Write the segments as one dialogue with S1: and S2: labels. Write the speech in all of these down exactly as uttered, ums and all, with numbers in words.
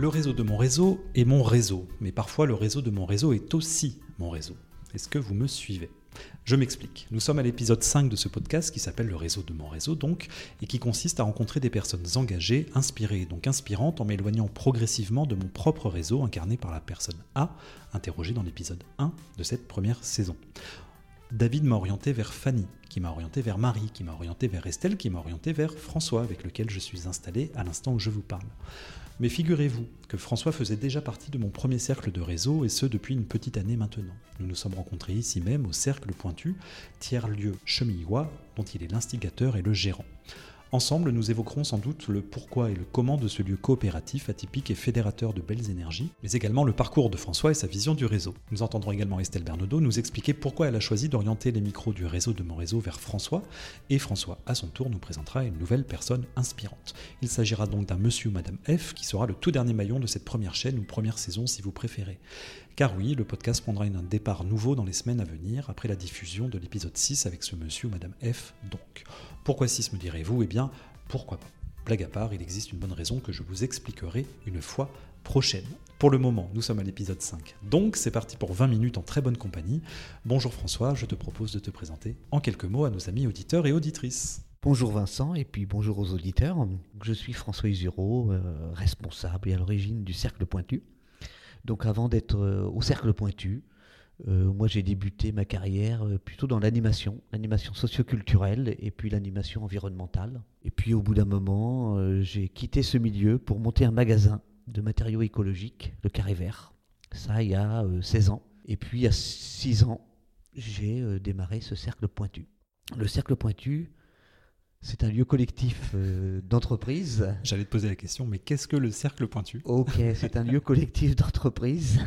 S1: Le réseau de mon réseau est mon réseau, mais parfois le réseau de mon réseau est aussi mon réseau. Est-ce que vous me suivez ? Je m'explique. Nous sommes à l'épisode cinq de ce podcast qui s'appelle le réseau de mon réseau donc, et qui consiste à rencontrer des personnes engagées, inspirées et donc inspirantes en m'éloignant progressivement de mon propre réseau incarné par la personne A, interrogée dans l'épisode un de cette première saison. David m'a orienté vers Fanny, qui m'a orienté vers Marie, qui m'a orienté vers Estelle, qui m'a orienté vers François, avec lequel je suis installé à l'instant où je vous parle. Mais figurez-vous que François faisait déjà partie de mon premier cercle de réseau, et ce depuis une petite année maintenant. Nous nous sommes rencontrés ici même au Cercle Pointu, tiers-lieu Chemillois, dont il est l'instigateur et le gérant. Ensemble, nous évoquerons sans doute le pourquoi et le comment de ce lieu coopératif, atypique et fédérateur de belles énergies, mais également le parcours de François et sa vision du réseau. Nous entendrons également Estelle Bernaudot nous expliquer pourquoi elle a choisi d'orienter les micros du réseau de mon réseau vers François, et François, à son tour, nous présentera une nouvelle personne inspirante. Il s'agira donc d'un monsieur ou madame F, qui sera le tout dernier maillon de cette première chaîne ou première saison si vous préférez. Car oui, le podcast prendra un départ nouveau dans les semaines à venir, après la diffusion de l'épisode six avec ce monsieur ou madame F donc. Pourquoi six me direz-vous ? Eh bien, pourquoi pas ? Blague à part, il existe une bonne raison que je vous expliquerai une fois prochaine. Pour le moment, nous sommes à l'épisode cinq. Donc, c'est parti pour vingt minutes en très bonne compagnie. Bonjour François, je te propose de te présenter en quelques mots à nos amis auditeurs et auditrices.
S2: Bonjour Vincent et puis bonjour aux auditeurs. Je suis François Usureau, euh, responsable et à l'origine du Cercle Pointu. Donc avant d'être euh, au Cercle Pointu, euh, moi j'ai débuté ma carrière euh, plutôt dans l'animation, l'animation socioculturelle et puis l'animation environnementale. Et puis au bout d'un moment, euh, j'ai quitté ce milieu pour monter un magasin de matériaux écologiques, le Carré Vert. Ça il y a euh, seize ans. Et puis il y a six ans, j'ai euh, démarré ce Cercle Pointu. Le Cercle Pointu, c'est un lieu collectif euh, d'entreprise.
S1: J'allais te poser la question, mais qu'est-ce que le Cercle Pointu ?
S2: Ok, c'est un lieu collectif d'entreprise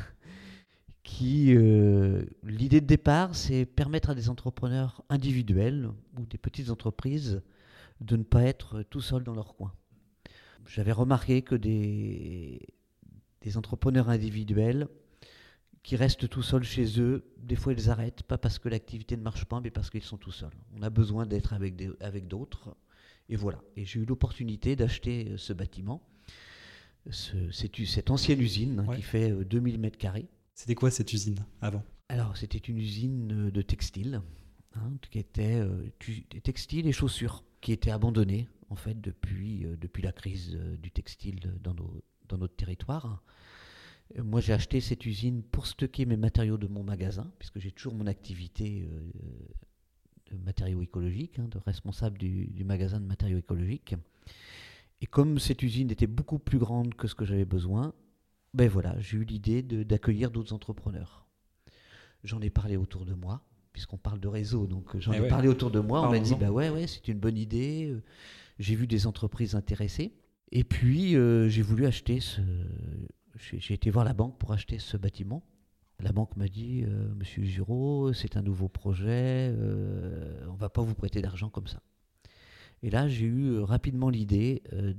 S2: qui, euh, l'idée de départ, c'est permettre à des entrepreneurs individuels ou des petites entreprises de ne pas être tout seuls dans leur coin. J'avais remarqué que des, des entrepreneurs individuels qui restent tout seuls chez eux, des fois ils arrêtent, pas parce que l'activité ne marche pas, mais parce qu'ils sont tout seuls. On a besoin d'être avec, des, avec d'autres. Et voilà. Et j'ai eu l'opportunité d'acheter ce bâtiment, ce, cette, cette ancienne usine ouais. qui fait deux mille mètres carrés.
S1: C'était quoi cette usine avant ?
S2: Alors, c'était une usine de textile, hein, qui était euh, textile et chaussures, qui était abandonnée, en fait, depuis, euh, depuis la crise euh, du textile dans, nos, dans notre territoire. Moi, j'ai acheté cette usine pour stocker mes matériaux de mon magasin, puisque j'ai toujours mon activité euh, de matériaux écologiques, hein, de responsable du, du magasin de matériaux écologiques. Et comme cette usine était beaucoup plus grande que ce que j'avais besoin, ben voilà, j'ai eu l'idée de, d'accueillir d'autres entrepreneurs. J'en ai parlé autour de moi, puisqu'on parle de réseau, donc j'en eh ai ouais. parlé autour de moi. On m'a dit, bah ouais, ouais, c'est une bonne idée. J'ai vu des entreprises intéressées. Et puis, euh, j'ai voulu acheter ce... J'ai, j'ai été voir la banque pour acheter ce bâtiment. La banque m'a dit, euh, Monsieur Giraud, c'est un nouveau projet, euh, on ne va pas vous prêter d'argent comme ça. Et là, j'ai eu rapidement l'idée euh,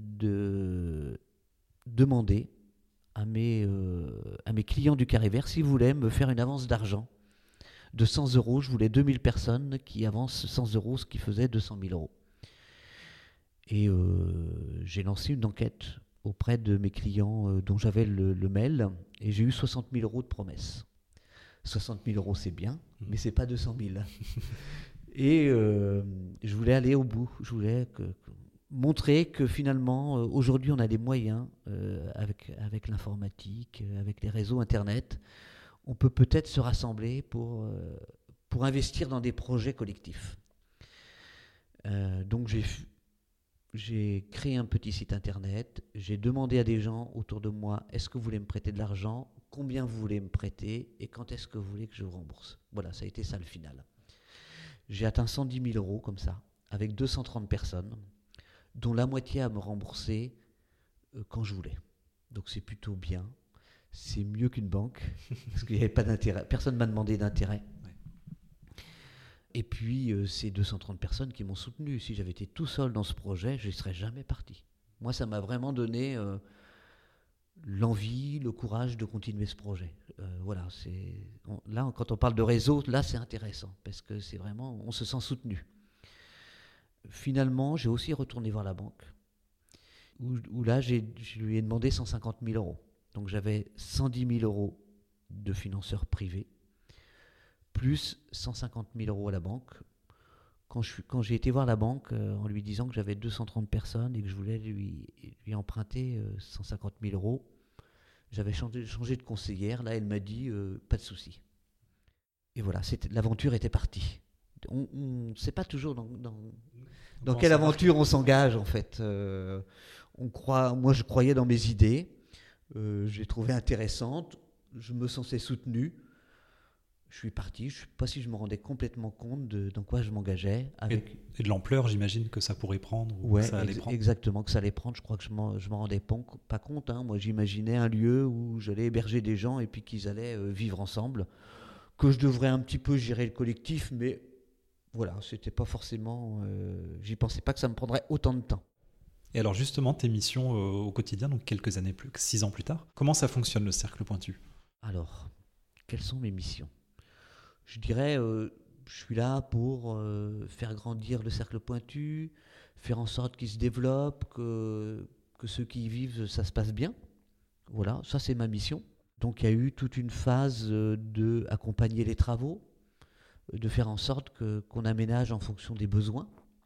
S2: de demander à mes, euh, à mes clients du Carré Vert s'ils voulaient me faire une avance d'argent de cent euros. Je voulais deux mille personnes qui avancent cent euros, ce qui faisait deux cent mille euros. Et euh, j'ai lancé une enquête auprès de mes clients euh, dont j'avais le, le mail, et j'ai eu soixante mille euros de promesses. soixante mille euros, c'est bien, mmh. mais c'est pas deux cent mille. Et euh, je voulais aller au bout. Je voulais que, que, montrer que finalement, euh, aujourd'hui, on a des moyens, euh, avec, avec l'informatique, euh, avec les réseaux Internet, on peut peut-être se rassembler pour, euh, pour investir dans des projets collectifs. Euh, donc j'ai... J'ai créé un petit site internet, j'ai demandé à des gens autour de moi, est-ce que vous voulez me prêter de l'argent ? Combien vous voulez me prêter ? Et quand est-ce que vous voulez que je vous rembourse ? Voilà, ça a été ça le final. J'ai atteint cent dix mille euros comme ça, avec deux cent trente personnes, dont la moitié à me rembourser euh, quand je voulais. Donc c'est plutôt bien, c'est mieux qu'une banque, parce qu'il n'y avait pas d'intérêt, personne ne m'a demandé d'intérêt. Et puis, euh, ces deux cent trente personnes qui m'ont soutenu. Si j'avais été tout seul dans ce projet, je ne serais jamais parti. Moi, ça m'a vraiment donné euh, l'envie, le courage de continuer ce projet. Euh, voilà, c'est, on, là, quand on parle de réseau, là, c'est intéressant, parce que c'est vraiment, on se sent soutenu. Finalement, j'ai aussi retourné voir la banque, où, où là, j'ai, je lui ai demandé cent cinquante mille euros. Donc j'avais cent dix mille euros de financeurs privés, plus cent cinquante mille euros à la banque. Quand, je, quand j'ai été voir la banque euh, en lui disant que j'avais deux cent trente personnes et que je voulais lui, lui emprunter euh, cent cinquante mille euros, j'avais changé, changé de conseillère. Là, elle m'a dit euh, pas de souci. Et voilà, l'aventure était partie. On ne sait pas toujours dans, dans, dans quelle aventure on s'engage en fait. Euh, on croit, moi, je croyais dans mes idées. Euh, je les trouvais intéressantes. Je me sentais soutenu. Je suis parti, je ne sais pas si je me rendais complètement compte de dans quoi je m'engageais. Avec...
S1: Et, et de l'ampleur, j'imagine, que ça pourrait prendre, ou
S2: ouais,
S1: que ça allait
S2: ex-
S1: prendre.
S2: Exactement, que ça allait prendre. Je crois que je ne m'en rendais pas, pas compte. Hein. Moi, j'imaginais un lieu où j'allais héberger des gens et puis qu'ils allaient euh, vivre ensemble. Que je devrais un petit peu gérer le collectif, mais voilà, c'était pas forcément... Euh, j'y pensais pas que ça me prendrait autant de temps.
S1: Et alors justement, tes missions euh, au quotidien, donc quelques années plus, six ans plus tard, comment ça fonctionne le Cercle Pointu?
S2: Alors, quelles sont mes missions? Je dirais, euh, je suis là pour euh, faire grandir le Cercle Pointu, faire en sorte qu'il se développe, que, que ceux qui y vivent, ça se passe bien. Voilà, ça c'est ma mission. Donc il y a eu toute une phase de accompagner les travaux, de faire en sorte que, qu'on aménage en fonction des besoins.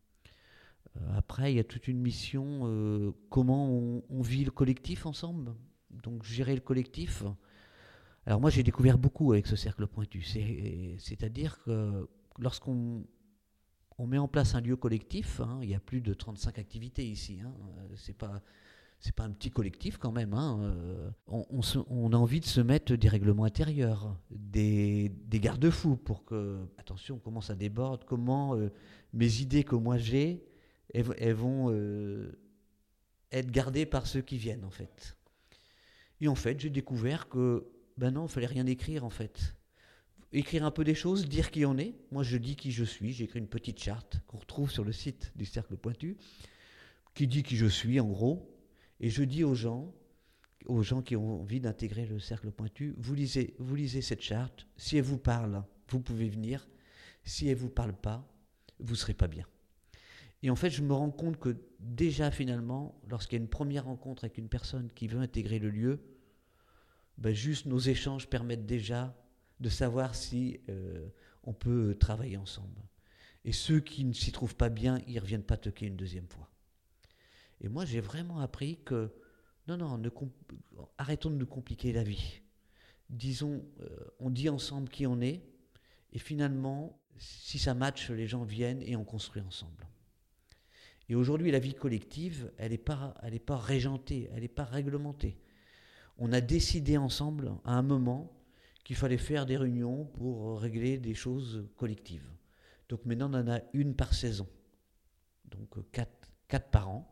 S2: Euh, après, il y a toute une mission, euh, comment on, on vit le collectif ensemble, donc gérer le collectif. Alors moi, j'ai découvert beaucoup avec ce Cercle Pointu. C'est, c'est-à-dire que lorsqu'on on met en place un lieu collectif, hein, il y a plus de trente-cinq activités ici. Hein, c'est pas, c'est pas un petit collectif quand même. Hein, euh, on, on, se, on a envie de se mettre des règlements intérieurs, des, des garde-fous pour que, attention, comment ça déborde, comment euh, mes idées que moi j'ai, elles, elles vont euh, être gardées par ceux qui viennent en fait. Et en fait, j'ai découvert que ben non, il ne fallait rien écrire en fait. Écrire un peu des choses, dire qui on est. Moi, je dis qui je suis. J'ai écrit une petite charte qu'on retrouve sur le site du Cercle Pointu, qui dit qui je suis en gros. Et je dis aux gens, aux gens qui ont envie d'intégrer le Cercle Pointu, vous lisez, vous lisez cette charte. Si elle vous parle, vous pouvez venir. Si elle ne vous parle pas, vous ne serez pas bien. Et en fait, je me rends compte que déjà finalement, lorsqu'il y a une première rencontre avec une personne qui veut intégrer le lieu, ben juste nos échanges permettent déjà de savoir si euh, on peut travailler ensemble. Et ceux qui ne s'y trouvent pas bien, ils ne reviennent pas toquer une deuxième fois. Et moi, j'ai vraiment appris que, non, non, ne compl- arrêtons de nous compliquer la vie. Disons, euh, on dit ensemble qui on est, et finalement, si ça matche, les gens viennent et on construit ensemble. Et aujourd'hui, la vie collective, elle n'est pas, elle n'est pas régentée, elle n'est pas réglementée. On a décidé ensemble, à un moment, qu'il fallait faire des réunions pour régler des choses collectives. Donc maintenant, on en a une par saison, donc quatre, quatre par an,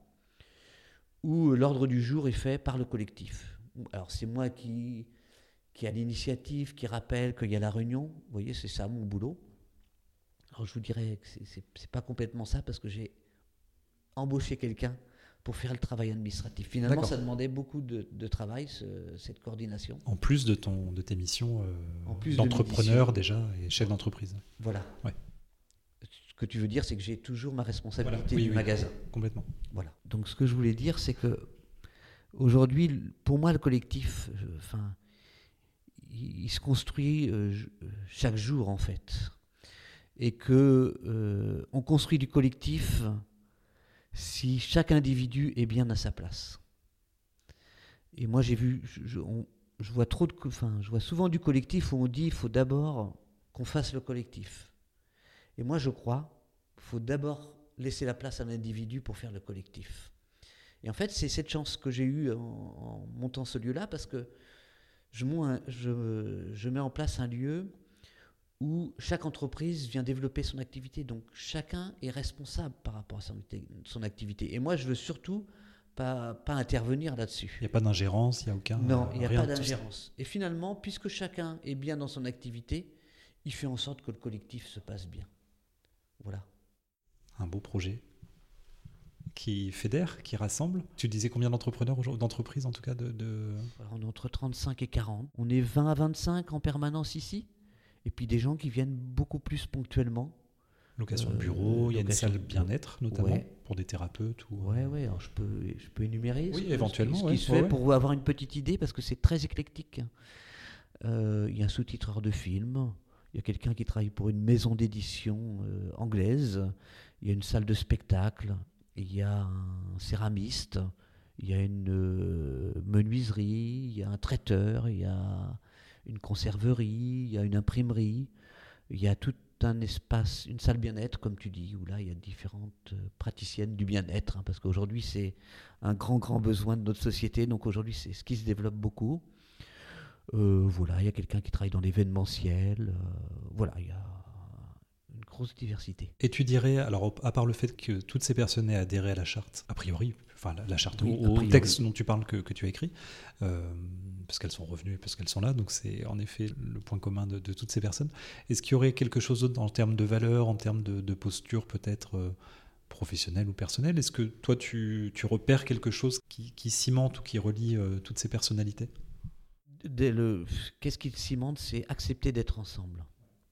S2: où l'ordre du jour est fait par le collectif. Alors c'est moi qui, qui a l'initiative, qui rappelle qu'il y a la réunion. Vous voyez, c'est ça mon boulot. Alors je vous dirais que c'est, c'est, c'est pas complètement ça, parce que j'ai embauché quelqu'un pour faire le travail administratif. Finalement, D'accord. Ça demandait beaucoup de, de travail, ce, cette coordination.
S1: En plus de, ton, de tes missions euh,
S2: en plus
S1: d'entrepreneur
S2: de
S1: déjà et chef d'entreprise.
S2: Voilà.
S1: Ouais.
S2: Ce que tu veux dire, c'est que j'ai toujours ma responsabilité
S1: voilà. oui,
S2: du
S1: oui,
S2: magasin.
S1: Complètement.
S2: Voilà. Donc ce que je voulais dire, c'est que aujourd'hui, pour moi, le collectif, enfin, il, il se construit euh, chaque jour en fait, et que euh, on construit du collectif si chaque individu est bien à sa place. Et moi, j'ai vu, je, je, on, je vois trop de, enfin, je vois souvent du collectif où on dit, il faut d'abord qu'on fasse le collectif. Et moi, je crois qu'il faut d'abord laisser la place à l'individu pour faire le collectif. Et en fait, c'est cette chance que j'ai eue en, en montant ce lieu-là, parce que je, je, je mets en place un lieu où chaque entreprise vient développer son activité. Donc chacun est responsable par rapport à son, son activité. Et moi, je veux surtout pas, pas intervenir là-dessus.
S1: Il n'y a pas d'ingérence, il n'y a aucun...
S2: Non, il n'y a pas d'ingérence. Et finalement, puisque chacun est bien dans son activité, il fait en sorte que le collectif se passe bien. Voilà.
S1: Un beau projet qui fédère, qui rassemble. Tu disais combien d'entrepreneurs, d'entreprises en tout cas de, de...
S2: Alors, on est entre trente-cinq et quarante. On est vingt à vingt-cinq en permanence ici. Et puis des gens qui viennent beaucoup plus ponctuellement
S1: Location de bureau, euh, il y a une salle bien-être notamment
S2: ouais.
S1: pour des thérapeutes ou...
S2: Ouais, ouais, alors je peux, je peux énumérer
S1: oui,
S2: ce,
S1: éventuellement,
S2: ce qui, ce qui
S1: ouais,
S2: se fait
S1: ouais.
S2: pour avoir une petite idée, parce que c'est très éclectique. Euh, il y a un sous-titreur de films, il y a quelqu'un qui travaille pour une maison d'édition euh, anglaise, il y a une salle de spectacle, il y a un céramiste, il y a une euh, menuiserie, il y a un traiteur, il y a une conserverie, il y a une imprimerie, il y a tout un espace, une salle bien-être, comme tu dis, où là, il y a différentes praticiennes du bien-être, hein, parce qu'aujourd'hui, c'est un grand, grand besoin de notre société, donc aujourd'hui, c'est ce qui se développe beaucoup. Euh, voilà, il y a quelqu'un qui travaille dans l'événementiel, euh, voilà, il y a une grosse diversité.
S1: Et tu dirais, alors à part le fait que toutes ces personnes aient adhéré à la charte, a priori, enfin la, la charte, oui, au, au texte dont tu parles que, que tu as écrit, euh, parce qu'elles sont revenues, parce qu'elles sont là, donc c'est en effet le point commun de, de toutes ces personnes. Est-ce qu'il y aurait quelque chose d'autre en termes de valeur, en termes de, de posture peut-être euh, professionnelle ou personnelle? Est-ce que toi tu, tu repères quelque chose qui, qui cimente ou qui relie euh, toutes ces personnalités?
S2: Le, qu'est-ce qui cimente, c'est accepter d'être ensemble.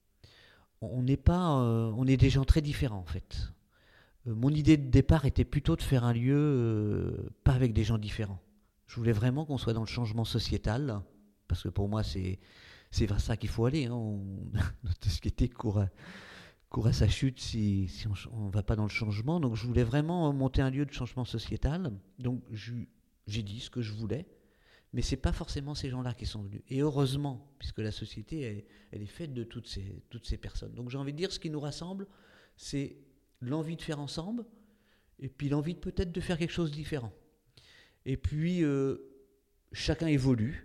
S2: On n'est pas, euh, on est des gens très différents en fait. Euh, mon idée de départ était plutôt de faire un lieu euh, pas avec des gens différents. Je voulais vraiment qu'on soit dans le changement sociétal, parce que pour moi c'est c'est vers ça qu'il faut aller. Hein. On, notre société court à, court à sa chute si, si on ne va pas dans le changement. Donc je voulais vraiment monter un lieu de changement sociétal. Donc j'ai dit ce que je voulais. Mais ce n'est pas forcément ces gens-là qui sont venus. Et heureusement, puisque la société, elle, elle est faite de toutes ces, toutes ces personnes. Donc j'ai envie de dire, ce qui nous rassemble, c'est l'envie de faire ensemble, et puis l'envie de peut-être de faire quelque chose de différent. Et puis, euh, chacun évolue.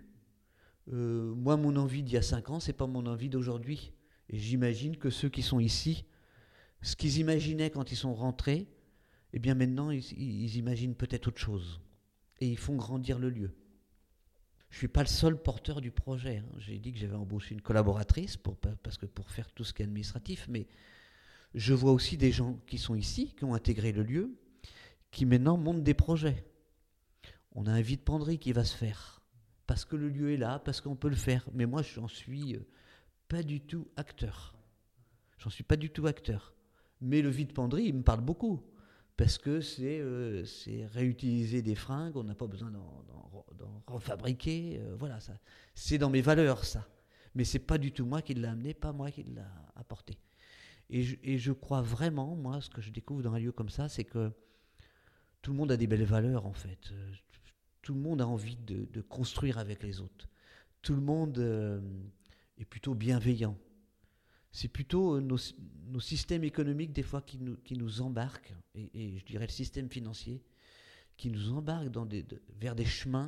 S2: Euh, moi, mon envie d'il y a cinq ans, ce n'est pas mon envie d'aujourd'hui. Et j'imagine que ceux qui sont ici, ce qu'ils imaginaient quand ils sont rentrés, eh bien maintenant, ils, ils imaginent peut-être autre chose. Et ils font grandir le lieu. Je ne suis pas le seul porteur du projet. Hein. J'ai dit que j'avais embauché une collaboratrice pour, parce que pour faire tout ce qui est administratif, mais je vois aussi des gens qui sont ici, qui ont intégré le lieu, qui maintenant montent des projets. On a un vide-penderie qui va se faire, parce que le lieu est là, parce qu'on peut le faire. Mais moi, je n'en suis pas du tout acteur. J'en suis pas du tout acteur. Mais le vide-penderie, il me parle beaucoup. Parce que c'est, euh, c'est réutiliser des fringues, on n'a pas besoin d'en, d'en, d'en refabriquer. Euh, voilà, ça, c'est dans mes valeurs, ça. Mais ce n'est pas du tout moi qui l'ai amené, pas moi qui l'ai apporté. Et je, et je crois vraiment, moi, ce que je découvre dans un lieu comme ça, c'est que tout le monde a des belles valeurs, en fait. Euh, tout le monde a envie de, de construire avec les autres. Tout le monde euh, est plutôt bienveillant. C'est plutôt nos, nos systèmes économiques, des fois, qui nous, qui nous embarquent, et, et je dirais le système financier, qui nous embarque dans des, de, vers des chemins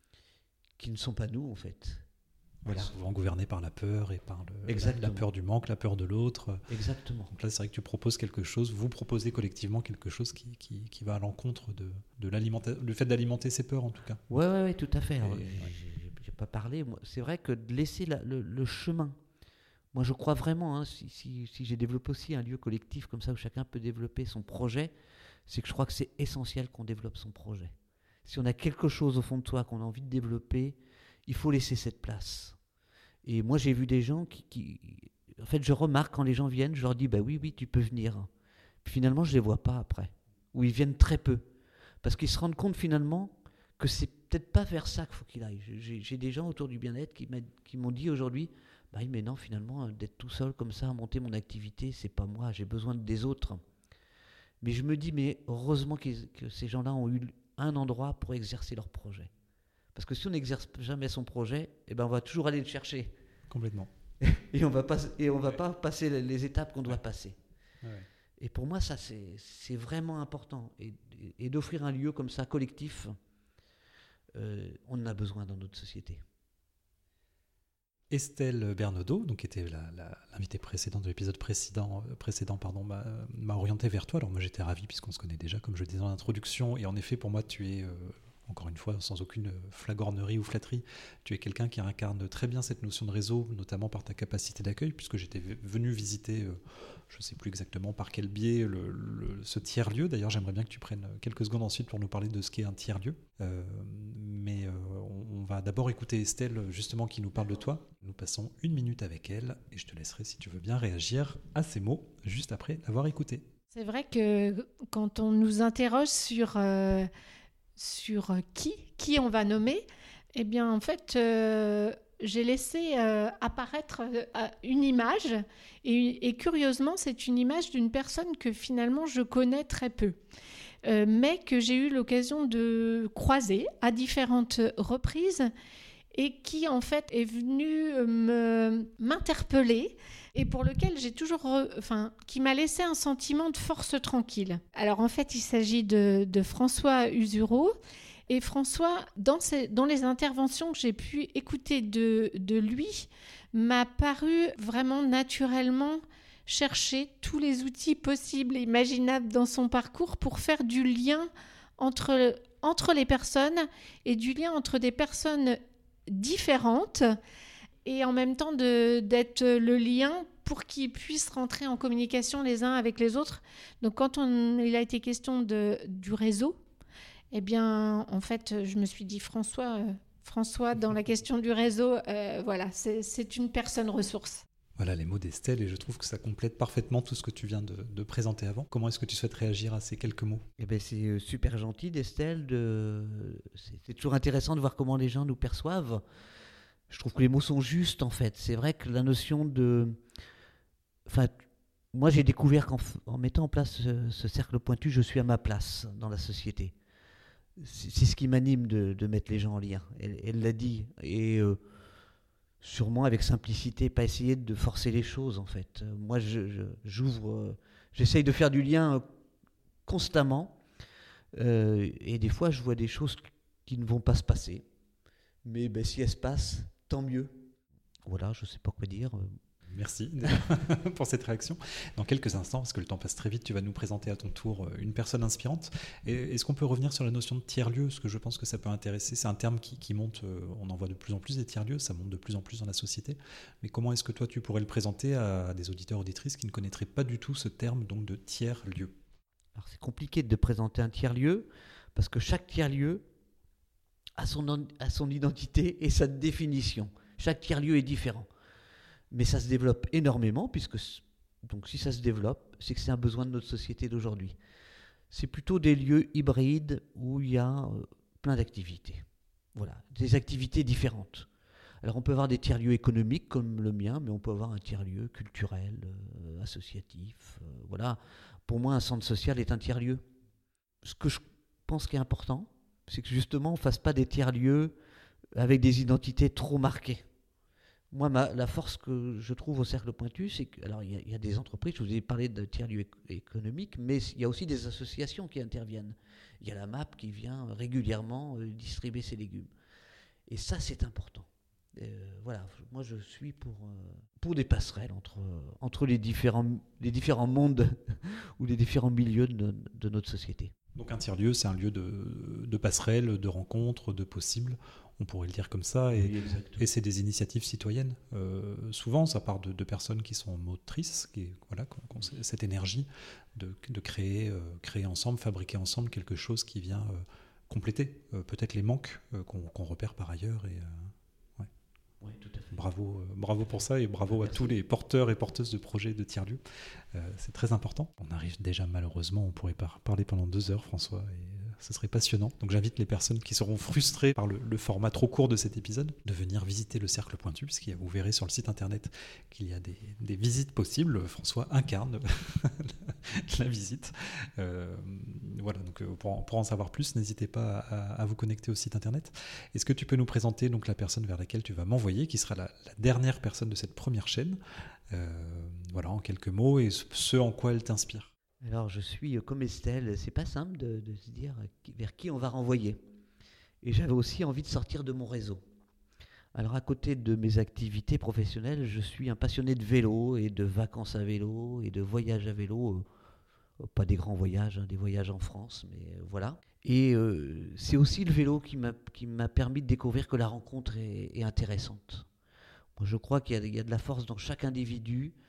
S2: qui ne sont pas nous, en fait.
S1: Voilà. Souvent gouverné par la peur et par le, la, la peur du manque, la peur de l'autre.
S2: Exactement.
S1: Donc là, c'est vrai que tu proposes quelque chose, vous proposez collectivement quelque chose qui, qui, qui va à l'encontre de, de l'alimentation, le fait d'alimenter ses peurs, en tout cas.
S2: Oui, ouais, ouais, tout à fait. Alors,
S1: et,
S2: j'ai, j'ai pas parlé. Moi, c'est vrai que de laisser la, le, le chemin. Moi, je crois vraiment, hein, si, si, si j'ai développé aussi un lieu collectif comme ça où chacun peut développer son projet, c'est que je crois que c'est essentiel qu'on développe son projet. Si on a quelque chose au fond de soi qu'on a envie de développer, il faut laisser cette place. Et moi, j'ai vu des gens qui, qui... En fait, je remarque quand les gens viennent, je leur dis, bah oui, oui, tu peux venir. Puis finalement, je ne les vois pas après. Ou ils viennent très peu. Parce qu'ils se rendent compte finalement que c'est peut-être pas vers ça qu'il faut qu'ils aillent. J'ai, j'ai des gens autour du bien-être qui, qui m'ont dit aujourd'hui, bah oui, mais non, finalement, d'être tout seul comme ça, à monter mon activité, c'est pas moi, j'ai besoin des autres. Mais je me dis, mais heureusement que ces gens-là ont eu un endroit pour exercer leur projet. Parce que si on n'exerce jamais son projet, eh ben on va toujours aller le chercher.
S1: Complètement.
S2: Et on va pas, et on va ouais. pas passer les étapes qu'on doit ouais. passer.
S1: Ouais.
S2: Et pour moi, ça, c'est, c'est vraiment important. Et, et d'offrir un lieu comme ça, collectif, euh, on en a besoin dans notre société.
S1: Estelle Bernaudot, donc qui était la, la, l'invitée précédente de l'épisode précédent, précédent pardon, m'a, m'a orienté vers toi. Alors moi j'étais ravi puisqu'on se connaît déjà, comme je le disais dans l'introduction. Et en effet, pour moi, tu es, euh, encore une fois, sans aucune flagornerie ou flatterie, tu es quelqu'un qui incarne très bien cette notion de réseau, notamment par ta capacité d'accueil, puisque j'étais venu visiter, euh, je ne sais plus exactement par quel biais le, le, ce tiers-lieu. D'ailleurs, j'aimerais bien que tu prennes quelques secondes ensuite pour nous parler de ce qu'est un tiers-lieu. Euh, mais euh, on, on va d'abord écouter Estelle, justement, qui nous parle de toi. Nous passons une minute avec elle et je te laisserai, si tu veux bien, réagir à ces mots juste après l'avoir écouté.
S3: C'est vrai que quand on nous interroge sur, euh, sur qui, qui on va nommer, eh bien, en fait... Euh, j'ai laissé euh, apparaître euh, une image et, et curieusement, c'est une image d'une personne que finalement je connais très peu, euh, mais que j'ai eu l'occasion de croiser à différentes reprises et qui en fait est venue me, m'interpeller et pour lequel j'ai toujours, enfin, qui m'a laissé un sentiment de force tranquille. Alors en fait, il s'agit de, de François Usureau. Et François, dans, ces, dans les interventions que j'ai pu écouter de, de lui, m'a paru vraiment naturellement chercher tous les outils possibles et imaginables dans son parcours pour faire du lien entre, entre les personnes et du lien entre des personnes différentes et en même temps de, d'être le lien pour qu'ils puissent rentrer en communication les uns avec les autres. Donc quand on, il a été question de, du réseau, eh bien, en fait, je me suis dit, François, euh, François dans la question du réseau, euh, voilà, c'est, c'est une personne ressource.
S1: Voilà les mots d'Estelle et je trouve que ça complète parfaitement tout ce que tu viens de, de présenter avant. Comment est-ce que tu souhaites réagir à ces quelques mots ?
S2: Eh bien, c'est super gentil d'Estelle. De... C'est, c'est toujours intéressant de voir comment les gens nous perçoivent. Je trouve que les mots sont justes, en fait. C'est vrai que la notion de... Enfin, moi, j'ai découvert qu'en en mettant en place ce, ce cercle pointu, je suis à ma place dans la société. C'est ce qui m'anime de, de mettre les gens en lien. Elle, elle l'a dit. Et euh, sûrement avec simplicité, pas essayer de forcer les choses, en fait. Euh, moi, je, je, j'ouvre, euh, j'essaye de faire du lien euh, constamment. Euh, et des fois, je vois des choses qui ne vont pas se passer. Mais ben, si elles se passent, tant mieux. Voilà, je ne sais pas quoi dire.
S1: Merci pour cette réaction. Dans quelques instants, parce que le temps passe très vite, tu vas nous présenter à ton tour une personne inspirante. Et est-ce qu'on peut revenir sur la notion de tiers-lieu ? Parce que je pense que ça peut intéresser. C'est un terme qui, qui monte, on en voit de plus en plus des tiers-lieux, ça monte de plus en plus dans la société. Mais comment est-ce que toi, tu pourrais le présenter à des auditeurs, auditrices qui ne connaîtraient pas du tout ce terme donc de tiers-lieu ?
S2: Alors c'est compliqué de présenter un tiers-lieu, parce que chaque tiers-lieu a son, a son identité et sa définition. Chaque tiers-lieu est différent. Mais ça se développe énormément, puisque donc si ça se développe, c'est que c'est un besoin de notre société d'aujourd'hui. C'est plutôt des lieux hybrides où il y a euh, plein d'activités. Voilà, des activités différentes. Alors on peut avoir des tiers-lieux économiques comme le mien, mais on peut avoir un tiers-lieu culturel, euh, associatif. Euh, voilà. Pour moi, un centre social est un tiers-lieu. Ce que je pense qui est important, c'est que justement on ne fasse pas des tiers-lieux avec des identités trop marquées. Moi, ma, la force que je trouve au Cercle Pointu, c'est que, alors il y, y a des entreprises, je vous ai parlé de tiers-lieux éco- économiques, mais il y a aussi des associations qui interviennent. Il y a la M A P qui vient régulièrement euh, distribuer ses légumes. Et ça, c'est important. Euh, voilà, moi je suis pour, euh, pour des passerelles entre, euh, entre les, différents, les différents mondes ou les différents milieux de, de notre société.
S1: Donc un tiers-lieu, c'est un lieu de, de passerelle, de rencontre, de possible, on pourrait le dire comme ça, et,
S2: Oui,
S1: et c'est des initiatives citoyennes. Euh, souvent, ça part de, de personnes qui sont motrices, qui, voilà, qui ont cette énergie de, de créer, euh, créer ensemble, fabriquer ensemble quelque chose qui vient euh, compléter euh, peut-être les manques euh, qu'on, qu'on repère par ailleurs. Et, euh, ouais.
S2: Oui, tout à fait.
S1: Bravo, euh, bravo pour ça et bravo
S2: Merci.
S1: à tous les porteurs et porteuses de projets de tiers-lieux. Euh, c'est très important. On arrive déjà malheureusement, on pourrait par- parler pendant deux heures, François, et euh, ce serait passionnant. Donc j'invite les personnes qui seront frustrées par le, le format trop court de cet épisode de venir visiter le Cercle Pointu, puisqu'il y a, vous verrez sur le site internet qu'il y a des, des visites possibles. François incarne la visite. Euh, voilà, donc pour, pour en savoir plus, n'hésitez pas à, à vous connecter au site internet. Est-ce que tu peux nous présenter donc la personne vers laquelle tu vas m'envoyer, qui sera la, la dernière personne de cette première chaîne, euh, voilà, en quelques mots, et ce, ce en quoi elle t'inspire?
S2: Alors je suis comme Estelle, c'est pas simple de, de se dire vers qui on va renvoyer. Et j'avais aussi envie de sortir de mon réseau. Alors à côté de mes activités professionnelles, je suis un passionné de vélo et de vacances à vélo et de voyages à vélo. Euh, pas des grands voyages, hein, des voyages en France, mais euh, voilà. Et euh, c'est aussi le vélo qui m'a, qui m'a permis de découvrir que la rencontre est, est intéressante. Moi, je crois qu'il y a, il y a de la force dans chaque individu,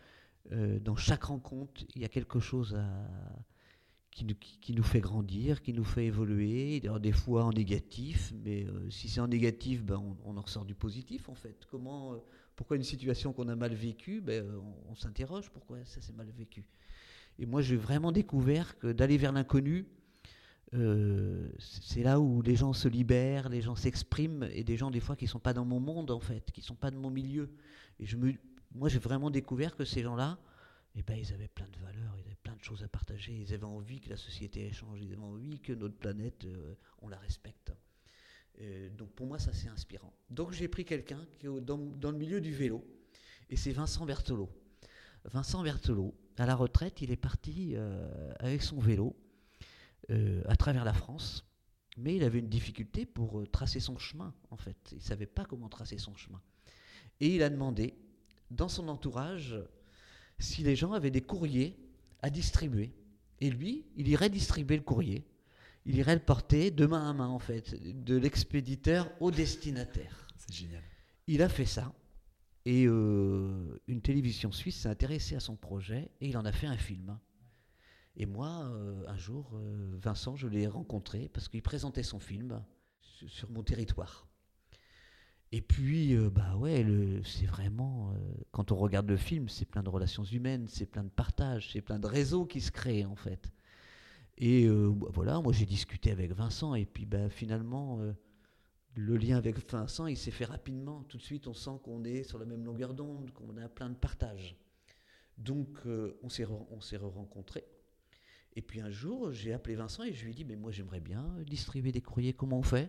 S2: Euh, dans chaque rencontre, il y a quelque chose à, qui, nous, qui, qui nous fait grandir, qui nous fait évoluer, alors des fois en négatif, mais euh, si c'est en négatif, ben on, on en ressort du positif en fait. Comment, euh, pourquoi une situation qu'on a mal vécue, ben, on, on s'interroge pourquoi ça s'est mal vécu. Et moi j'ai vraiment découvert que d'aller vers l'inconnu, euh, c'est là où les gens se libèrent, les gens s'expriment, et des gens des fois qui ne sont pas dans mon monde en fait, qui ne sont pas de mon milieu. Et je me, moi j'ai vraiment découvert que ces gens-là, eh ben, ils avaient plein de valeurs, ils avaient plein de choses à partager, ils avaient envie que la société change, ils avaient envie que notre planète, euh, on la respecte. Euh, donc pour moi, ça c'est inspirant. Donc j'ai pris quelqu'un qui est dans, dans le milieu du vélo, et c'est Vincent Berthelot. Vincent Berthelot, à la retraite, il est parti euh, avec son vélo euh, à travers la France, mais il avait une difficulté pour euh, tracer son chemin, en fait. Il ne savait pas comment tracer son chemin. Et il a demandé, dans son entourage, si les gens avaient des courriers à distribuer. Et lui, il irait distribuer le courrier. Il irait le porter de main à main, en fait, de l'expéditeur au destinataire.
S1: C'est génial.
S2: Il a fait ça. Et euh, une télévision suisse s'est intéressée à son projet et il en a fait un film. Et moi, euh, un jour, euh, Vincent, je l'ai rencontré parce qu'il présentait son film sur, sur mon territoire. Et puis, euh, bah ouais, le, c'est vraiment, euh, quand on regarde le film, c'est plein de relations humaines, c'est plein de partages, c'est plein de réseaux qui se créent en fait. Et euh, bah, voilà, moi j'ai discuté avec Vincent et puis bah, finalement, euh, le lien avec Vincent, il s'est fait rapidement. Tout de suite, on sent qu'on est sur la même longueur d'onde, qu'on a plein de partages. Donc, euh, on s'est, re- on s'est re-rencontrés. Et puis un jour, j'ai appelé Vincent et je lui ai dit, mais moi j'aimerais bien distribuer des courriers, comment on fait ?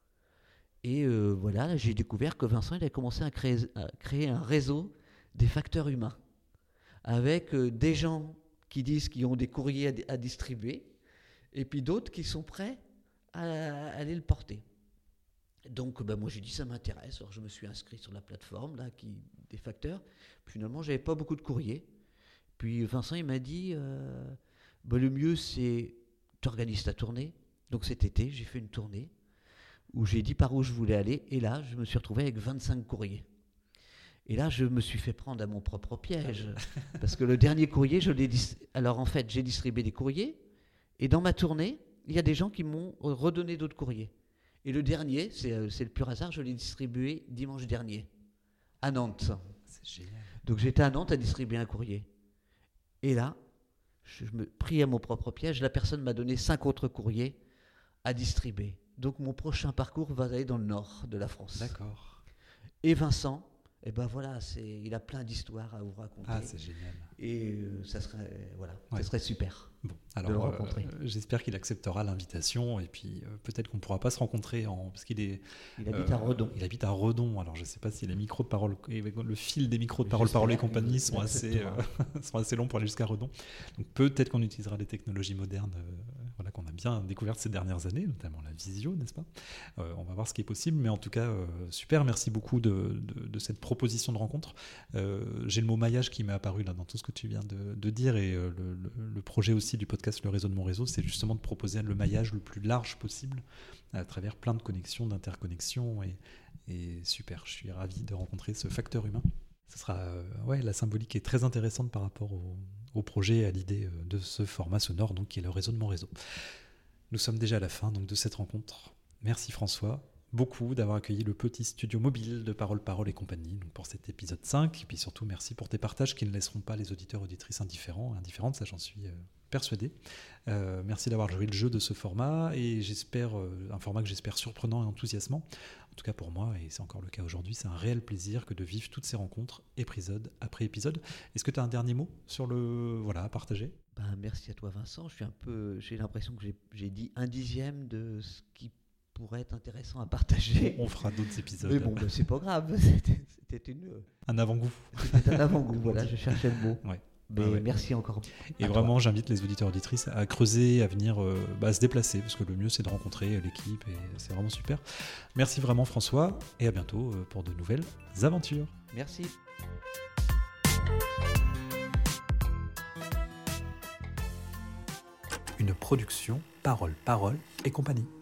S2: Et euh, voilà, là, j'ai découvert que Vincent il a commencé à créer, à créer un réseau des facteurs humains avec euh, des gens qui disent qu'ils ont des courriers à, à distribuer et puis d'autres qui sont prêts à, à aller le porter. Donc ben, moi j'ai dit ça m'intéresse, alors je me suis inscrit sur la plateforme là, qui, des facteurs. Puis, finalement j'avais pas beaucoup de courriers. Puis Vincent il m'a dit euh, ben, le mieux c'est tu organises ta tournée. Donc cet été j'ai fait une tournée où j'ai dit par où je voulais aller, et là, je me suis retrouvé avec vingt-cinq courriers. Et là, je me suis fait prendre à mon propre piège, parce que le dernier courrier, je l'ai dis- alors en fait, j'ai distribué des courriers, et dans ma tournée, il y a des gens qui m'ont redonné d'autres courriers. Et le dernier, c'est, c'est le pur hasard, je l'ai distribué dimanche dernier, à Nantes.
S1: C'est génial.
S2: Donc j'étais à Nantes à distribuer un courrier. Et là, je me pris à mon propre piège, la personne m'a donné cinq autres courriers à distribuer. Donc mon prochain parcours va aller dans le nord de la France.
S1: D'accord.
S2: Et Vincent, eh ben voilà, c'est, il a plein d'histoires à vous raconter.
S1: Ah, c'est génial.
S2: Et euh, ça serait, voilà,
S1: Ouais.
S2: ça serait super.
S1: Bon,
S2: de le
S1: alors euh,
S2: rencontrer.
S1: j'espère qu'il acceptera l'invitation et puis euh, peut-être qu'on ne pourra pas se rencontrer en... parce qu'il est.
S2: Il habite
S1: euh,
S2: à Redon.
S1: Il habite à Redon. Alors je ne sais pas si les micros de parole, le fil des micros de
S2: Mais
S1: parole,
S2: j'espère
S1: parole et
S2: qu'il
S1: compagnie sont assez,
S2: l'acceptera.
S1: euh, sont assez longs pour aller jusqu'à Redon. Donc peut-être qu'on utilisera les technologies modernes, euh, voilà, qu'on a bien découvertes ces dernières années, notamment la visio, n'est-ce pas ? Euh, On va voir ce qui est possible, mais en tout cas euh, super. Merci beaucoup de, de, de cette proposition de rencontre. Euh, j'ai le mot maillage qui m'est apparu là dans tout ce que tu viens de, de dire et euh, le, le, le projet aussi du podcast Le Réseau de mon réseau, c'est justement de proposer le maillage le plus large possible à travers plein de connexions, d'interconnexions et, et super, je suis ravi de rencontrer ce facteur humain. Ce sera, euh, ouais, la symbolique est très intéressante par rapport au, au projet et à l'idée de ce format sonore donc, qui est Le Réseau de mon réseau. Nous sommes déjà à la fin donc, de cette rencontre. Merci François beaucoup d'avoir accueilli le petit studio mobile de Parole, Parole et compagnie donc pour cet épisode cinq. Et puis surtout, merci pour tes partages qui ne laisseront pas les auditeurs auditrices indifférents, indifférentes, ça j'en suis euh, persuadé. Euh, merci d'avoir joué le jeu de ce format et j'espère, euh, un format que j'espère surprenant et enthousiasmant. En tout cas pour moi, et c'est encore le cas aujourd'hui, c'est un réel plaisir que de vivre toutes ces rencontres, épisode après épisode. Est-ce que tu as un dernier mot sur le, voilà, à partager ?
S2: Ben, merci à toi Vincent, je suis un peu, j'ai l'impression que j'ai, j'ai dit un dixième de ce qui pourrait être intéressant à partager.
S1: On fera d'autres épisodes.
S2: Mais bon, ben, c'est pas grave, c'était, c'était une,
S1: Un avant-goût.
S2: c'était un avant-goût, voilà, je cherchais le mot.
S1: Ouais.
S2: Mais
S1: Ah ouais.
S2: merci encore.
S1: Et
S2: à
S1: vraiment,
S2: toi.
S1: j'invite les auditeurs auditrices à creuser, à venir euh, bah, à se déplacer, parce que le mieux, c'est de rencontrer l'équipe, et c'est vraiment super. Merci vraiment, François, et à bientôt euh, pour de nouvelles aventures.
S2: Merci.
S1: Une production Parole, Parole et compagnie.